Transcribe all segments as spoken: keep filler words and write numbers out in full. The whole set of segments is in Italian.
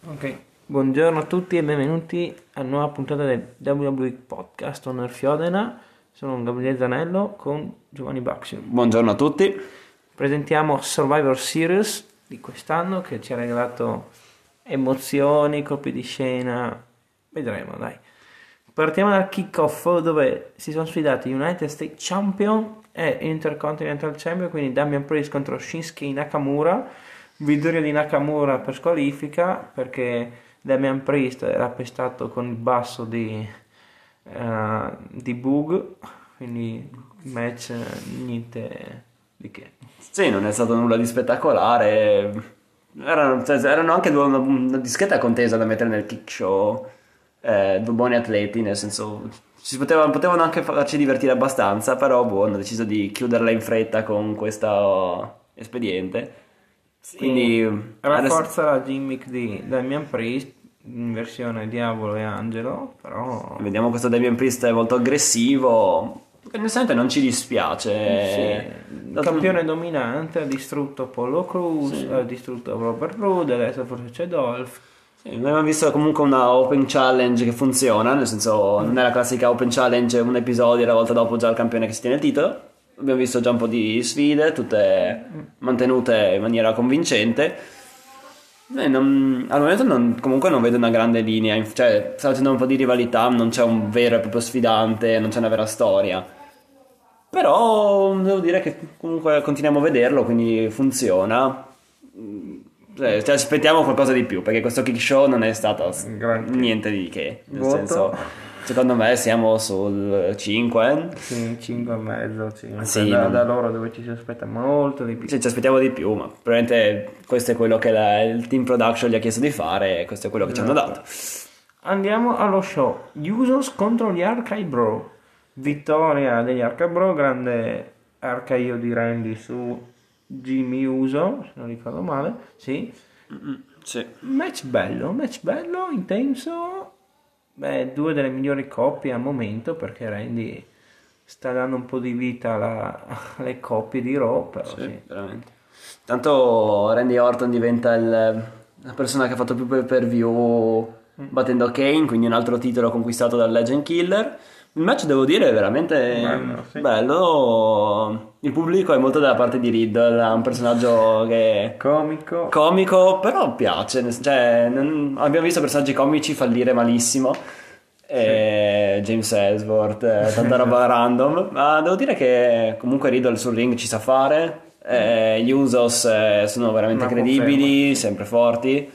Ok, buongiorno a tutti e benvenuti a una nuova puntata del W W E Podcast Honor Fiodena. Sono Gabriele Zanello con Giovanni Baxio. Buongiorno a tutti. Presentiamo Survivor Series di quest'anno che ci ha regalato emozioni, colpi di scena, vedremo dai. Partiamo dal kick-off dove si sono sfidati United States Champion e Intercontinental Champion, quindi Damian Priest contro Shinsuke Nakamura. Vittoria di Nakamura per squalifica perché Damian Priest era pestato con il basso di, uh, di Bug, quindi match niente di che. Sì, non è stato nulla di spettacolare. Erano, cioè, erano anche due, una, una discreta contesa da mettere nel kick show. Eh, due buoni atleti, nel senso si potevano, potevano anche farci divertire abbastanza, però boh, hanno deciso di chiuderla in fretta con questo espediente. Sì, Quindi rafforza la gimmick di Damian Priest in versione Diavolo e Angelo, però vediamo questo Damian Priest è molto aggressivo, onestamente non ci dispiace. Sì, il campione dominante ha distrutto Apollo Crews, sì. Ha distrutto Robert Roode, adesso forse c'è Dolph. Sì, noi abbiamo visto comunque una Open Challenge che funziona, nel senso mm. non è la classica Open Challenge un episodio e la volta dopo già il campione che si tiene il titolo. Abbiamo visto già un po' di sfide, tutte mantenute in maniera convincente. E non, al momento non, comunque non vedo una grande linea, cioè sta facendo un po' di rivalità, non c'è un vero e proprio sfidante, non c'è una vera storia. Però devo dire che comunque continuiamo a vederlo, quindi funziona. Cioè, ci aspettiamo qualcosa di più, perché questo kick show non è stato Grazie. niente di che. Nel Voto. senso, secondo me siamo sul cinque. Sì, cinque e mezzo, cinque. Sì, da, non... da loro dove ci si aspetta molto di più. Sì, ci aspettiamo di più, ma probabilmente questo è quello che la, il team production gli ha chiesto di fare e questo è quello che esatto. Ci hanno dato. Andiamo allo show. Usos contro gli Arcade Bro. Vittoria degli Arcade Bro, grande arcaio di Randy su Jimmy Uso, se non ricordo male. Sì. Mm-hmm, sì. Match bello, match bello, intenso. Beh, due delle migliori coppie al momento perché Randy sta dando un po' di vita alla, alle coppie di Raw, però sì, sì. Veramente. Tanto Randy Orton diventa il, la persona che ha fatto più pay per view mm. battendo Kane, quindi un altro titolo conquistato dal Legend Killer. Il match devo dire è veramente bello, sì. bello. Il pubblico è molto dalla parte di Riddle, è un personaggio che comico, comico però piace, cioè, non... abbiamo visto personaggi comici fallire malissimo, e sì. James Ellsworth, eh, tanta roba random, ma devo dire che comunque Riddle sul ring ci sa fare, eh, gli Usos eh, sono veramente Una credibili, conferma. sempre forti.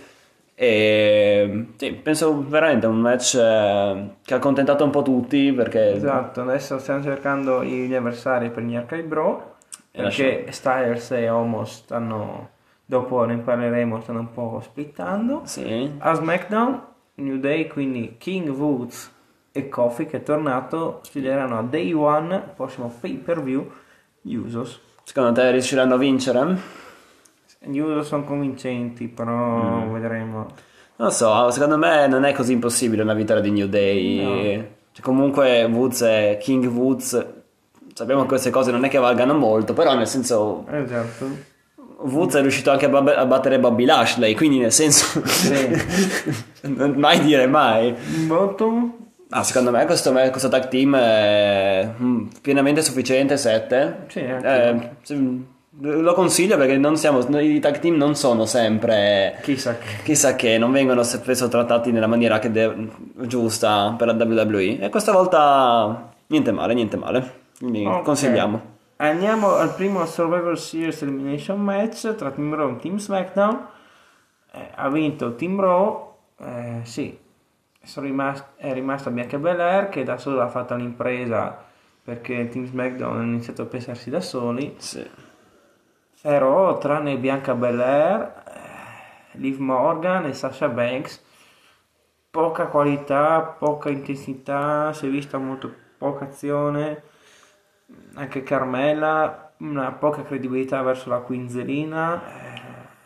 E sì, penso veramente un match eh, che ha accontentato un po' tutti perché esatto, adesso stiamo cercando gli avversari per gli Arcade Bro perché Styles e Omos stanno, dopo ne parleremo, stanno un po' splittando. Sì. A SmackDown New Day, quindi King Woods e Kofi che è tornato sfideranno a Day One, prossimo pay per view, gli Usos. Secondo te riusciranno a vincere? Gli Usos sono convincenti, però mm. vedremo. Non lo so, secondo me non è così impossibile una vittoria di New Day. No. Cioè, comunque Woods è King Woods, sappiamo che queste cose non è che valgano molto, però nel senso esatto. Woods è riuscito anche a, bab- a battere Bobby Lashley, quindi nel senso sì. non mai dire mai. Voto? Ah, secondo me questo, questo tag team è pienamente sufficiente, sette. Sì, eh, sì, lo consiglio perché non siamo, i tag team non sono sempre chissà che, chissà che non vengono spesso trattati nella maniera che de- giusta per la W W E e questa volta niente male, niente male, quindi okay. Consigliamo. Andiamo al primo Survivor Series Elimination Match tra Team Raw e Team SmackDown. Eh, ha vinto Team Raw, eh, sì, sono rimast- è rimasta Bianca Belair che da sola ha fatto l'impresa perché Team SmackDown ha iniziato a pensarsi da soli. Sì. Però tranne Bianca Belair, Liv Morgan e Sasha Banks, poca qualità, poca intensità, si è vista molto poca azione. Anche Carmella, una poca credibilità verso la Quinzelina, eh,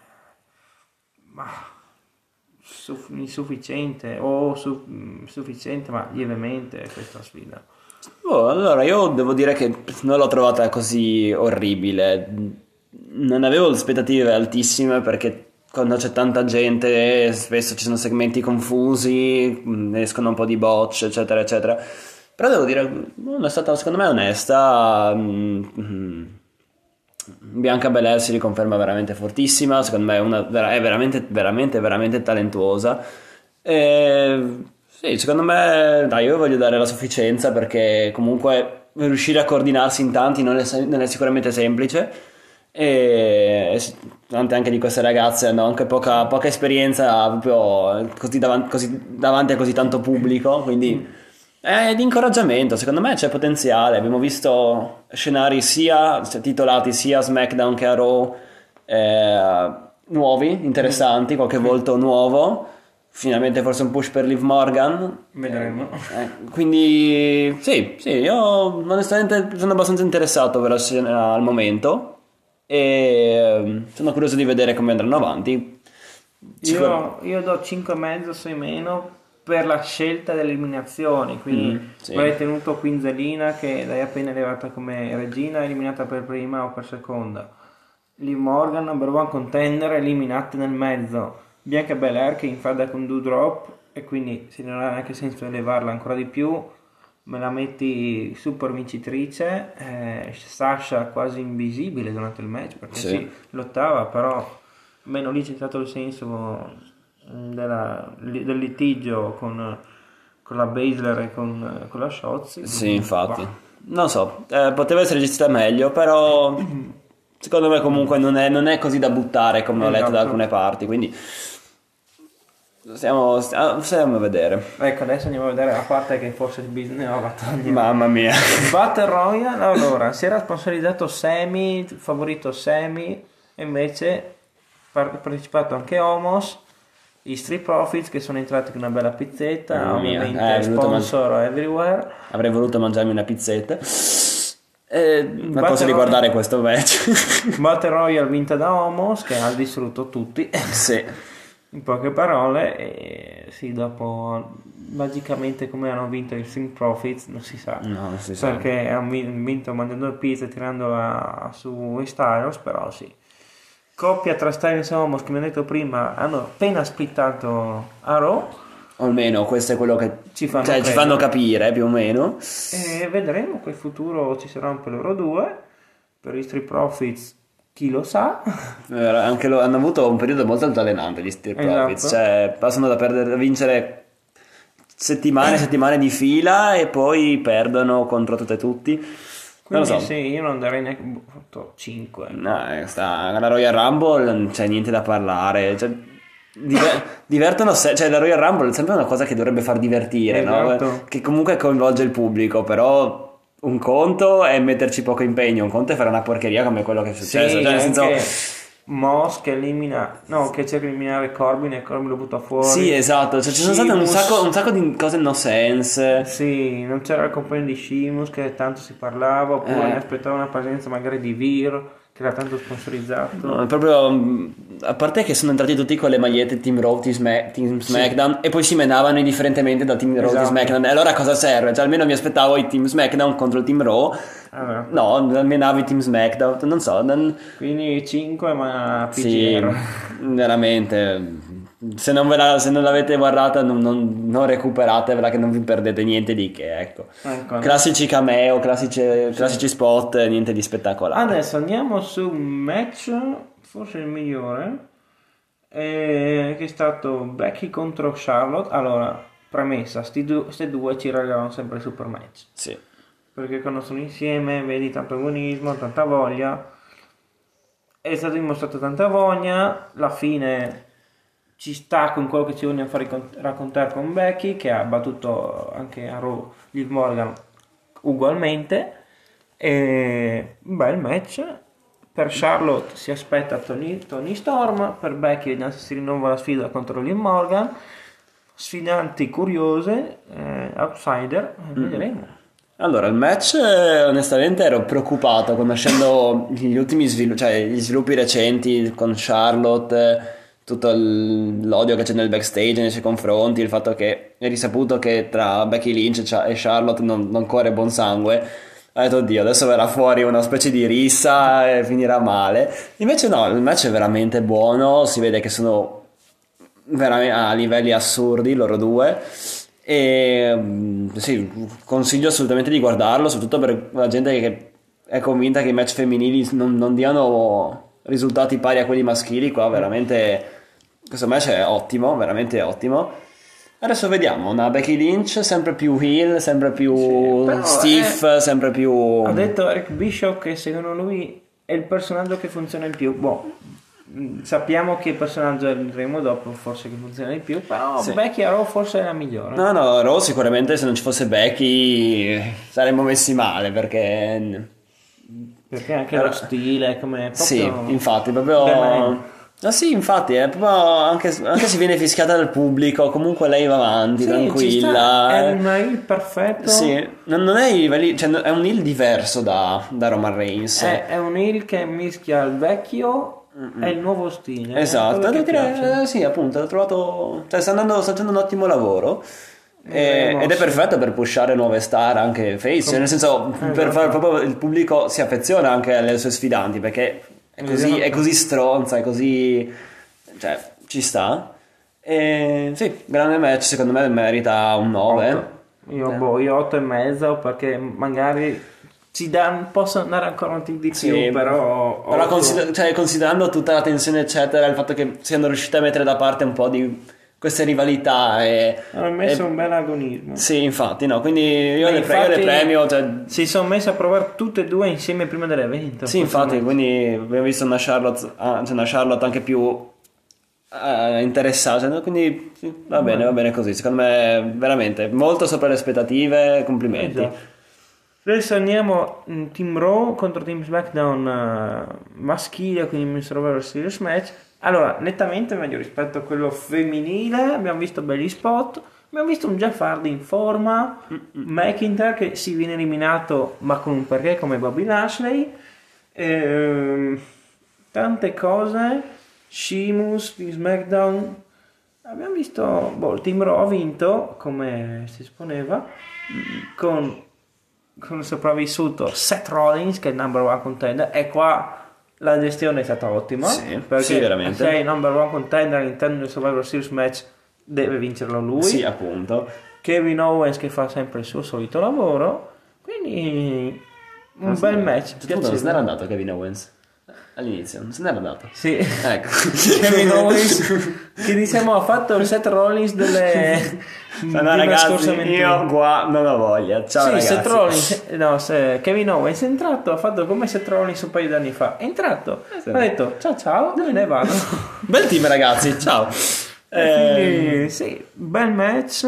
ma suff- insufficiente o su- sufficiente ma lievemente questa sfida. Oh, allora io devo dire che non l'ho trovata così orribile. Non avevo aspettative altissime perché quando c'è tanta gente spesso ci sono segmenti confusi, mh, escono un po' di botch, eccetera, eccetera. Però devo dire, mh, è stata secondo me onesta. mh, mh, Bianca Belair si riconferma veramente fortissima, secondo me è, una, vera- è veramente, veramente, veramente talentuosa. E, sì, secondo me, dai, io voglio dare la sufficienza perché comunque riuscire a coordinarsi in tanti non è, se- non è sicuramente semplice. E e s- tante anche di queste ragazze hanno anche poca, poca esperienza proprio così davanti, così, davanti a così tanto pubblico, quindi è di incoraggiamento, secondo me c'è potenziale. Abbiamo visto scenari sia cioè, titolati sia a SmackDown che a Raw, eh, nuovi, interessanti, qualche volto nuovo. Finalmente forse un push per Liv Morgan. Vedremo. Eh, quindi sì, sì, io onestamente sono abbastanza interessato per la scena al momento e ehm, sono curioso di vedere come andranno avanti. Sicur- Io, io do cinque e mezzo, sei meno per la scelta delle eliminazioni, quindi Mm, sì. avrei tenuto Quinzelina che è appena arrivata come regina, eliminata per prima o per seconda. Liv Morgan, number one contender, eliminate nel mezzo. Bianca Belair che infada con Doudrop e quindi se non ha neanche senso elevarla ancora di più, me la metti super vincitrice. eh, Sasha quasi invisibile durante il match perché Sì. sì, lottava, però meno lì c'è stato il senso mm, della- li- del litigio con, con la Baszler e con, con la Shotzi. Sì, infatti. Bah. Non so, eh, poteva essere gestita meglio, però secondo me comunque non è, non è così da buttare come ho letto da Esatto. alcune parti, quindi stiamo, stiamo, stiamo a vedere. Ecco, adesso andiamo a vedere la parte che forse bisognava togliere. Mamma mia. Battle Royale, allora, si era sponsorizzato Semi, favorito Semi, e invece ha partecipato anche Homos, i Street Profits che sono entrati con una bella pizzetta, Mamma mia, ovviamente eh, è venuto sponsor everywhere. Avrei voluto mangiarmi una pizzetta. Eh, ma Battle posso riguardare questo match? Battle Royale vinta da Homos che ha distrutto tutti, Sì. in poche parole, e sì, dopo magicamente come hanno vinto i Street Profits non si sa. No, non si sa. Perché hanno vinto mandando il pizza e tirandola su Styles, però sì. Coppia tra Styles e Homos, come ho detto prima, hanno appena splittato a Raw O almeno questo è quello che Ci fanno cioè, ci credere. fanno capire più o meno. e vedremo che futuro ci saranno per loro due. Per i Street Profits chi lo sa. Eh, Anche loro hanno avuto un periodo molto altalenante gli Street Esatto. Profits, cioè passano da perdere, da vincere settimane e settimane di fila e poi perdono contro tutte e tutti. Non lo Quindi so. sì, io non darei neanche cinque. No, eh, sta, la Royal Rumble non c'è niente da parlare. Cioè, diver- divertono se- cioè la Royal Rumble è sempre una cosa che dovrebbe far divertire, no? Esatto. Che comunque coinvolge il pubblico, però un conto è metterci poco impegno, un conto è fare una porcheria come quello che è successo. Sì, cioè, nel senso, anche Moss che elimina, no, che cerca di eliminare Corbin e Corbin lo butta fuori. sì, esatto. Cioè, ci sono state un Sheamus- sacco, un sacco di cose no sense. Sì, non c'era il compagno di Sheamus che tanto si parlava, oppure Eh. ne aspettava una presenza magari di Vir che era tanto sponsorizzato. No, è proprio mh, a parte che sono entrati tutti con le magliette Team Raw, Team, Smack- Team SmackDown e poi si menavano indifferentemente da Team Raw, Team Esatto. SmackDown. E allora cosa serve? Cioè almeno mi aspettavo i Team SmackDown contro il Team Raw. Allora, No, almenavi Team SmackDown, non so, non... quindi cinque ma P sì, G R. veramente. Se non, ve la- se non l'avete guardata non, non, non recuperatevela che non vi perdete niente di che, ecco. Ecco. Classici cameo, classici, classici spot, niente di spettacolare. Adesso andiamo su un match, forse il migliore, eh, che è stato Becky contro Charlotte. Allora, premessa, sti du- queste due ci regalano sempre il super match. Sì. Perché quando sono insieme vedi tanto agonismo, tanta voglia. È stato dimostrato tanta voglia, la fine ci sta con quello che ci vogliono fare con- raccontare con Becky, che ha battuto anche a Raw Liv Morgan ugualmente. E un bel match. Per Charlotte si aspetta Tony, Tony Storm, per Becky vediamo se si rinnova la sfida contro Liv Morgan. Sfidanti curiose, eh, outsider, vedremo. Allora, il match, eh, onestamente ero preoccupato conoscendo gli ultimi sviluppi, cioè gli sviluppi recenti con Charlotte, eh, tutto il- l'odio che c'è nel backstage nei suoi confronti, il fatto che è risaputo che tra Becky Lynch e Cha- e Charlotte non, non corre buon sangue. Ha detto oddio, adesso verrà fuori una specie di rissa e finirà male. Invece no, il match è veramente buono, si vede che sono veramente a livelli assurdi loro due. E mm, sì, consiglio assolutamente di guardarlo, soprattutto per la gente che è convinta che i match femminili non, non diano risultati pari a quelli maschili. Qua veramente questo match è ottimo, veramente ottimo. Adesso vediamo una Becky Lynch sempre più heel, sempre più Sì, però stiff, è- sempre più... Ha detto Eric Bischoff che secondo lui è il personaggio che funziona in più. Boh, mh, sappiamo che personaggio vedremo dopo, forse che funziona di più, però Sì. Becky a Raw forse è la migliore. No, no, Raw sicuramente se non ci fosse Becky saremmo messi male perché... Perché anche Però- lo stile, come proprio... Sì, infatti, The proprio... Man. Ah sì, infatti, è proprio anche, anche se viene fischiata dal pubblico, comunque lei va avanti, Sì, ci tranquilla. sta, è eh. un heel perfetto. Sì, non, non è i livelli, cioè è un heel diverso da, da Roman Reigns. È, è un heel che mischia il vecchio e il nuovo stile. Esatto, quello devo che piace. dire, eh, sì, appunto, l'ho trovato, cioè sta andando, sta facendo un ottimo lavoro. E- Vedremo, ed è sì. perfetto per pushare nuove star anche face, cioè, nel senso per Esatto. fare proprio il pubblico si affeziona anche alle sue sfidanti perché è così, Esatto. è così stronza, è così, cioè ci sta. E sì, grande match, secondo me merita un nove. Otto. Io, boh, io otto e mezzo perché magari ci dà, posso andare ancora un tic di più, Sì, però... però otto. consider- cioè, considerando tutta la tensione eccetera, il fatto che siano riusciti a mettere da parte un po' di queste rivalità e, Hanno messo e- un bel agonismo. sì, infatti, no, quindi io, Beh, le, pre- io le infatti- premio, cioè, Si sono messi a provare tutte e due insieme prima dell'evento. sì, infatti, quindi abbiamo visto una Charlotte, ah, cioè una Charlotte anche più eh, interessata, cioè, quindi sì, va bene, va bene così, secondo me veramente molto sopra le aspettative, complimenti. Esatto. Adesso andiamo in Team Raw contro Team SmackDown eh, maschile, quindi il Survivor Series match. Allora, nettamente meglio rispetto a quello femminile, abbiamo visto belli spot, abbiamo visto un Jeff Hardy in forma, McIntyre che si viene eliminato ma con un perché come Bobby Lashley, ehm, tante cose, Sheamus di SmackDown, abbiamo visto, boh, il Team Raw ha vinto come si esponeva, con, con il sopravvissuto Seth Rollins che è il number one contender, e qua la gestione è stata ottima, Sì, perché sì, veramente. se è il number one contender all'interno del Survivor Series match deve vincerlo lui. Sì, appunto. Kevin Owens che fa sempre il suo solito lavoro, quindi un bel match, Tutto non se piacevole. n'era andato Kevin Owens all'inizio, non se n'era andato. Sì. Ecco. Kevin Owens che diciamo ha fatto il Seth Rollins delle No, di una ragazzi, scorsa avventura. io qua non ho voglia. Ciao sì, ragazzi. Seth Rollins, no, se Kevin Owens è entrato, ha fatto come Seth Rollins un paio di anni fa, è entrato, sì. ha detto ciao ciao, me ne vado. Bel team ragazzi, ciao. E Eh, quindi, sì, bel match,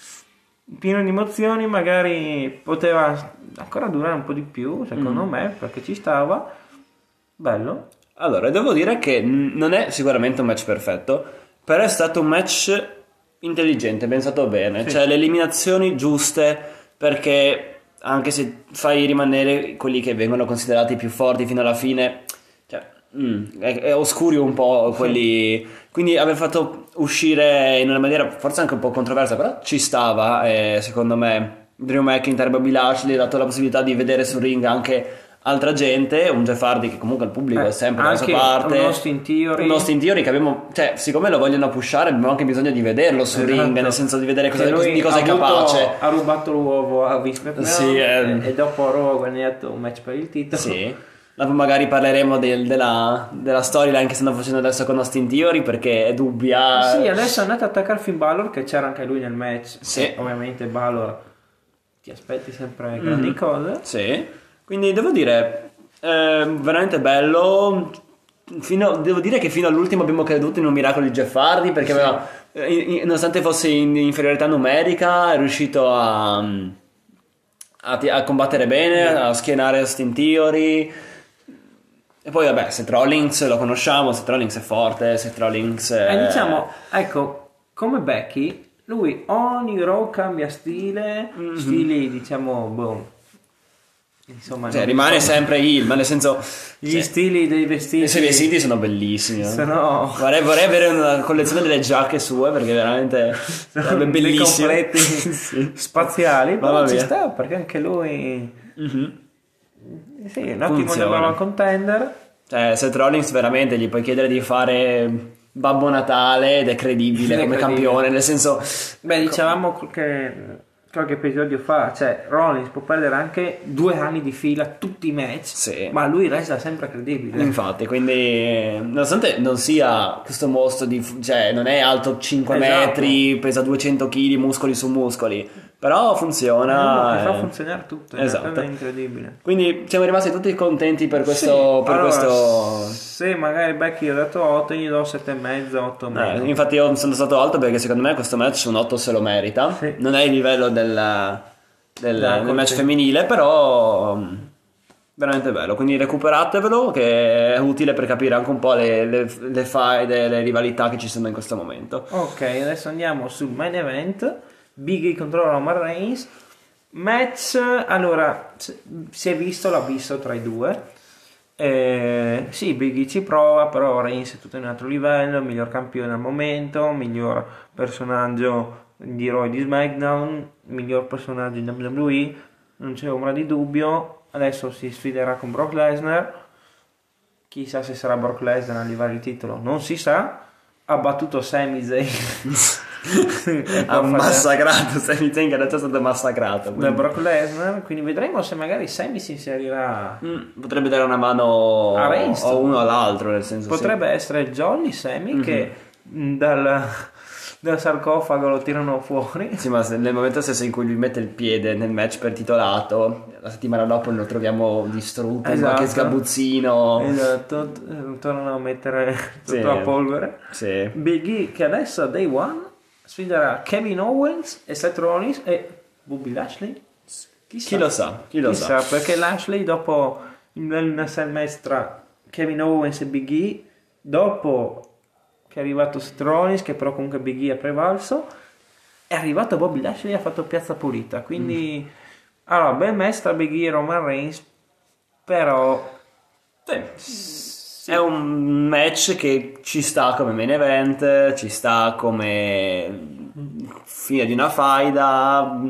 pieno di emozioni, magari poteva ancora durare un po' di più, secondo Mm. me, perché ci stava, bello. Allora, devo dire che n- non è sicuramente un match perfetto, però è stato un match intelligente, pensato bene, Sì. cioè le eliminazioni giuste, perché anche se fai rimanere quelli che vengono considerati più forti fino alla fine, cioè, mm, è, è oscuri un po' quelli, quindi aver fatto uscire in una maniera forse anche un po' controversa, però ci stava, e secondo me Drew McIntyre e Bobby Lashley ha dato la possibilità di vedere sul ring anche altra gente, un Jeff Hardy che comunque il pubblico Eh, è sempre dalla sua anche parte, un Austin Theory. un Austin Theory che abbiamo, cioè siccome lo vogliono pushare abbiamo anche bisogno di vederlo sul Esatto. ring, nel senso di vedere cosa, Che lui di cosa è ha avuto- capace. ha rubato l'uovo a Vince McMahon, Sì, eh. e, e dopo Raw ha guadagnato un match per il titolo. Sì. Dopo magari parleremo del- della, della storyline che stanno facendo adesso con Austin Theory perché è dubbia. Sì, adesso è andato a attaccare Finn Balor, che c'era anche lui nel match. Sì. E ovviamente Balor ti aspetti sempre grandi cose. Sì. Quindi devo dire eh, veramente bello. Fino- devo dire che fino all'ultimo abbiamo creduto in un miracolo di Jeff Hardy perché aveva, eh, in- nonostante fosse in inferiorità numerica è riuscito a, a, ti- a combattere bene, a schienare Austin Theory. E poi vabbè, Seth Rollins lo conosciamo, Seth Rollins è forte, Seth Rollins è... E diciamo, ecco, come Becky, lui ogni Raw cambia stile, stili diciamo, boh, insomma, Cioè, non rimane so, sempre heel, ma nel senso gli cioè, stili dei vestiti. i suoi vestiti sono bellissimi, eh. sono Vorrei, vorrei avere una collezione delle giacche sue perché veramente sarebbe dei bellissimo. completi Sì. spaziali, Mamma però ci mia. sta perché anche lui Mhm. Sì, un ottimo number one contender. Cioè, Seth Rollins veramente gli puoi chiedere di fare Babbo Natale ed è credibile È come credibile. campione, nel senso... Beh, dicevamo che qualche episodio fa, cioè Rollins può perdere anche due anni di fila tutti i match, Sì. ma lui resta sempre credibile. Infatti, quindi nonostante non sia questo mostro di... cioè non è alto cinque Esatto. metri, pesa duecento chili, muscoli su muscoli, però È funziona. uno che fa eh. funzionare tutto, è Esatto. veramente incredibile. Quindi siamo rimasti tutti contenti per questo... Sì, per allora, questo... se magari Becky ha dato otto, gli do sette e mezzo, otto e Eh, mezzo. infatti io sono stato alto perché secondo me questo match un otto se lo merita. Sì. Non è il livello del, del, Dai, del match sì. femminile, però mm, veramente bello. Quindi recuperatevelo, che è utile per capire anche un po' le, le, le faide, le rivalità che ci sono in questo momento. Ok, adesso andiamo sul main event. Big E contro Roman Reigns. Match, allora, s- si è visto l'abisso tra i due. Eh, sì, Big E ci prova, però Reigns è tutto in un altro livello, miglior campione al momento, miglior personaggio di Raw e di SmackDown, miglior personaggio in W W E, non c'è ombra di dubbio. Adesso si sfiderà con Brock Lesnar. Chissà se sarà Brock Lesnar a levare il titolo, non si sa. Ha battuto Sami Zayn. Ha massacrato Sami Zayn, che adesso è stato massacrato. da quindi- Brock Lesnar, quindi vedremo se magari Sami si inserirà. Mm, potrebbe dare una mano A Reigns. o uno all'altro, nel senso Potrebbe essere Jolly Sami che mh, dal, dal sarcofago lo tirano fuori. sì. Sì, ma se- nel momento stesso in cui lui mette il piede nel match per titolato, la settimana dopo lo troviamo distrutto, in Esatto. qualche sgabuzzino. Esatto, t- eh, tornano a mettere tutta Sì. la polvere. Sì. Big E che adesso a Day One sfiderà Kevin Owens e Seth Rollins e Bobby Lashley. Chissà. Chi lo sa, chi lo Chissà, sa. perché Lashley dopo nel semestre tra Kevin Owens e Big E, dopo che è arrivato Seth Rollins, che però comunque Big E ha prevalso, è arrivato Bobby Lashley e ha fatto piazza pulita, quindi Mm. allora bel match tra Big E e Roman Reigns, però Sì. È un match che ci sta come main event, ci sta come fine di una faida.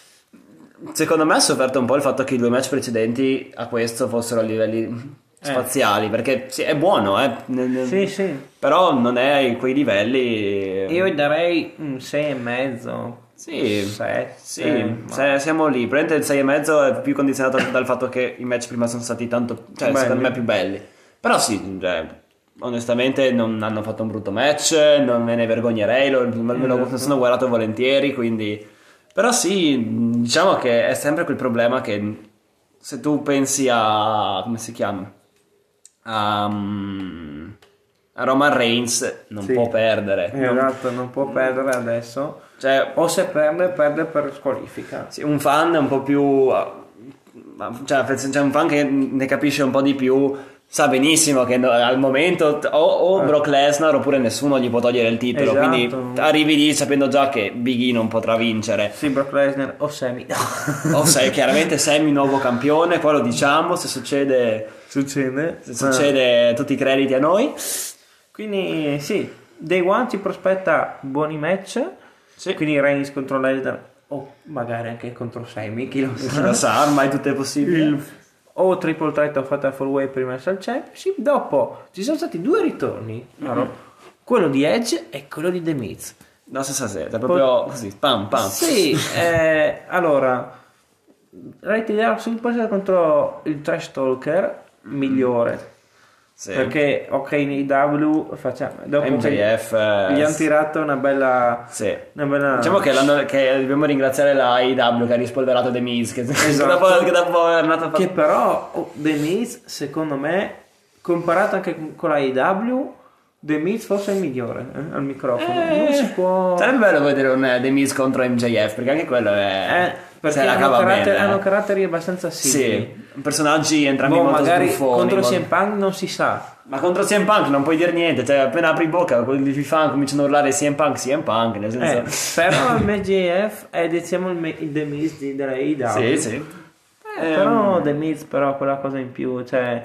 Secondo me ha sofferto un po' il fatto che i due match precedenti a questo fossero a livelli spaziali, perché sì, è buono, eh, nel- nel- sì sì, però non è a quei livelli. io gli darei un sei e mezzo. Sì, sette, sì, ma- se- siamo lì. Probabilmente il sei e mezzo è più condizionato dal fatto che i match prima sono stati tanto, cioè Belli. secondo me più belli. Però sì, cioè, onestamente non hanno fatto un brutto match, non me ne vergognerei, lo- me lo Esatto. sono guardato volentieri, quindi... Però sì, diciamo che è sempre quel problema che se tu pensi a... come si chiama? A, mm, a Roman Reigns non Sì. può perdere. Non- Esatto, non può perdere adesso. cioè, O se perde, perde per squalifica. sì, un fan un po' più... cioè, c'è un fan che ne capisce un po' di più, sa benissimo che no- al momento o, o Brock Lesnar oppure nessuno gli può togliere il titolo, Esatto. quindi arrivi lì sapendo già che Big E non potrà vincere. Sì, Brock Lesnar o Sami. O sei chiaramente Sami nuovo campione, poi lo diciamo, se succede, Succede. se succede tutti i crediti a noi. Quindi sì, Day One ci prospetta buoni match. Sì. Quindi Reigns contro Lesnar o magari anche contro Sami, chi lo sa. Chi lo sa, ormai tutto è possibile. Il- o triple threat o fatal four way per il Universal Championship. Dopo ci sono stati due ritorni, no? Quello di Edge e quello di The Miz. La stessa sera, proprio così, pam pam. Sì, eh, allora Righty Dark Super contro il Trash Talker migliore. Sì. Perché ok in A E W facciamo dopo M J F, che eh, gli hanno tirato una bella Sì. una bella Diciamo che, l'hanno- che dobbiamo ringraziare la A E W che ha rispolverato The Miz, che, Esatto. che dopo, che dopo è andato a fare... che però oh, The Miz secondo me comparato anche con- con la A E W The Miz forse è il migliore eh, al microfono Eh, non si può Sarebbe bello vedere un eh, The Miz contro M J F, perché anche quello è... eh, perché se la hanno, cava caratteri, bene. hanno caratteri abbastanza simili. Sì, personaggi entrambi Boh, molto magari sbuffoni, contro molto- C M Punk non si sa. Ma contro C M Punk non puoi dire niente, cioè appena apri bocca quelli di fan cominciano a urlare C M Punk, C M Punk, nel Eh, senso... però il M J F è diciamo il, me- il The Miz di- della A E W. Sì, sì. Eh, però The Miz però quella cosa in più, cioè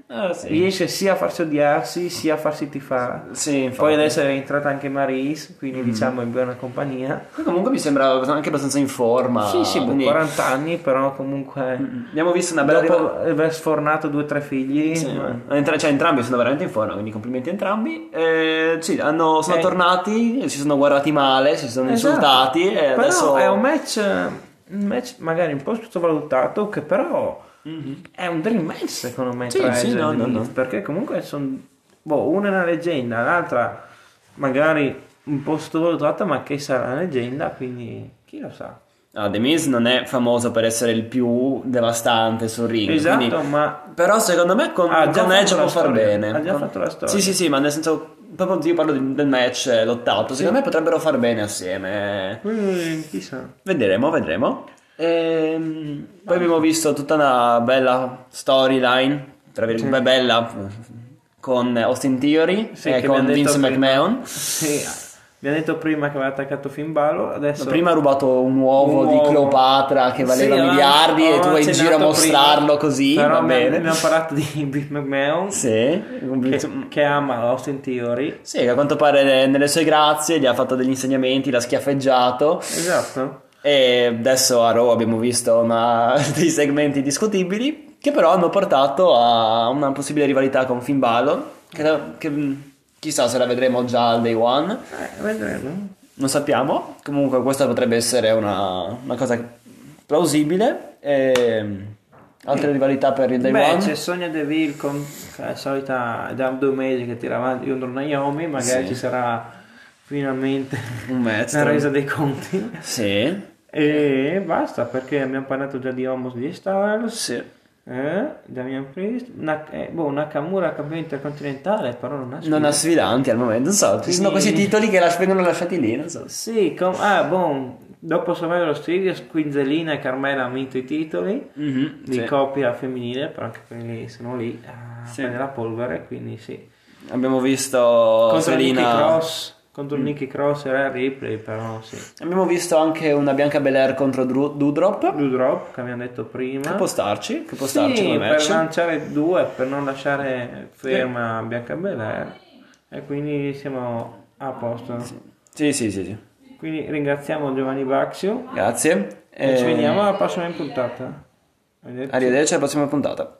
Ah, sì. riesce sia a farsi odiarsi sia a farsi tifare. Sì, infatti. Poi adesso è entrata anche Maryse, quindi diciamo in buona compagnia. Comunque mi sembra anche abbastanza in forma. Sì, sì, boh, quindi- quaranta anni, però comunque Abbiamo visto una bella dopo riva- aver sfornato due o tre figli, Sì, ma- entra- cioè, entrambi sono veramente in forma, quindi complimenti a entrambi. Eh, sì, hanno- sono Eh. tornati, si sono guardati male, si sono Esatto. insultati e Però adesso... è un match, un match magari un po' sottovalutato, che però è un dream match secondo me Sì, tra sì, Edge no, e no, The no. Miz, perché comunque sono, boh, una è una leggenda, l'altra magari un po' sottovalutata, ma che sarà una leggenda, quindi chi lo sa. Ah, The Miz non è famoso per essere il più devastante sul ring, Esatto, quindi- ma Però secondo me con, Ha già con fatto Edge la può far storia, bene. ha già Con- fatto la storia. Sì, sì, sì, ma nel senso, proprio io parlo di- del match eh, lottato, secondo me potrebbero far bene assieme. eh, chissà. Vedremo, vedremo. Ehm, poi abbiamo visto tutta una bella storyline, tra virgolette, bella, con Austin Theory Sì, e che con abbiamo detto Vince prima. McMahon. Sì, abbiamo detto prima che aveva attaccato Finn Balor, adesso Prima ha rubato un uovo Un di uovo. Cleopatra che valeva Sì, miliardi e tu avevamo vai in giro a accennato mostrarlo prima, così, però va abbiamo, bene. abbiamo parlato di Vince McMahon, Sì, che, che ama Austin Theory. sì, che a quanto pare nelle sue grazie gli ha fatto degli insegnamenti, l'ha schiaffeggiato. Esatto. E adesso a Raw abbiamo visto una- dei segmenti discutibili che però hanno portato a una possibile rivalità con Finn Balor che, che, mh, chissà se la vedremo già al day one, Eh, vedremo. non sappiamo. Comunque questa potrebbe essere una, una cosa plausibile. E, altre rivalità per il day Beh, one? c'è Sonia Deville con la solita da due mesi che tira avanti contro Naomi, magari Sì. ci sarà finalmente Un match la tra- resa dei conti. Sì, E basta, perché abbiamo parlato già di Homos di Styles, sì. eh, Damian Priest, Nak- eh, boh, Nakamura campione intercontinentale, però non ha Non ha sfida. sfidanti al momento, non so, ci sono Quindi- questi titoli che las- vengono lasciati lì, non so. Sì, com- ah, boh, dopo Survivor Series, Quinzelina e Carmela hanno vinto i titoli Mhm, di sì. coppia femminile, però anche quelli sono lì a Sì. prendere la polvere, quindi sì. Abbiamo visto Contro Selina. Nikki Cross, contro Nikki Cross e Rhea Ripley, però sì. Abbiamo visto anche una Bianca Belair contro Dru- Doudrop. Doudrop, che abbiamo detto prima. Che può starci, che può starci Sì, come per match. lanciare due, per non lasciare ferma Bianca Belair, e quindi siamo a posto. Sì, sì, sì, sì. Quindi ringraziamo Giovanni Baxio Grazie. e ci Eh, vediamo alla prossima puntata. Arrivederci. Arrivederci alla prossima puntata.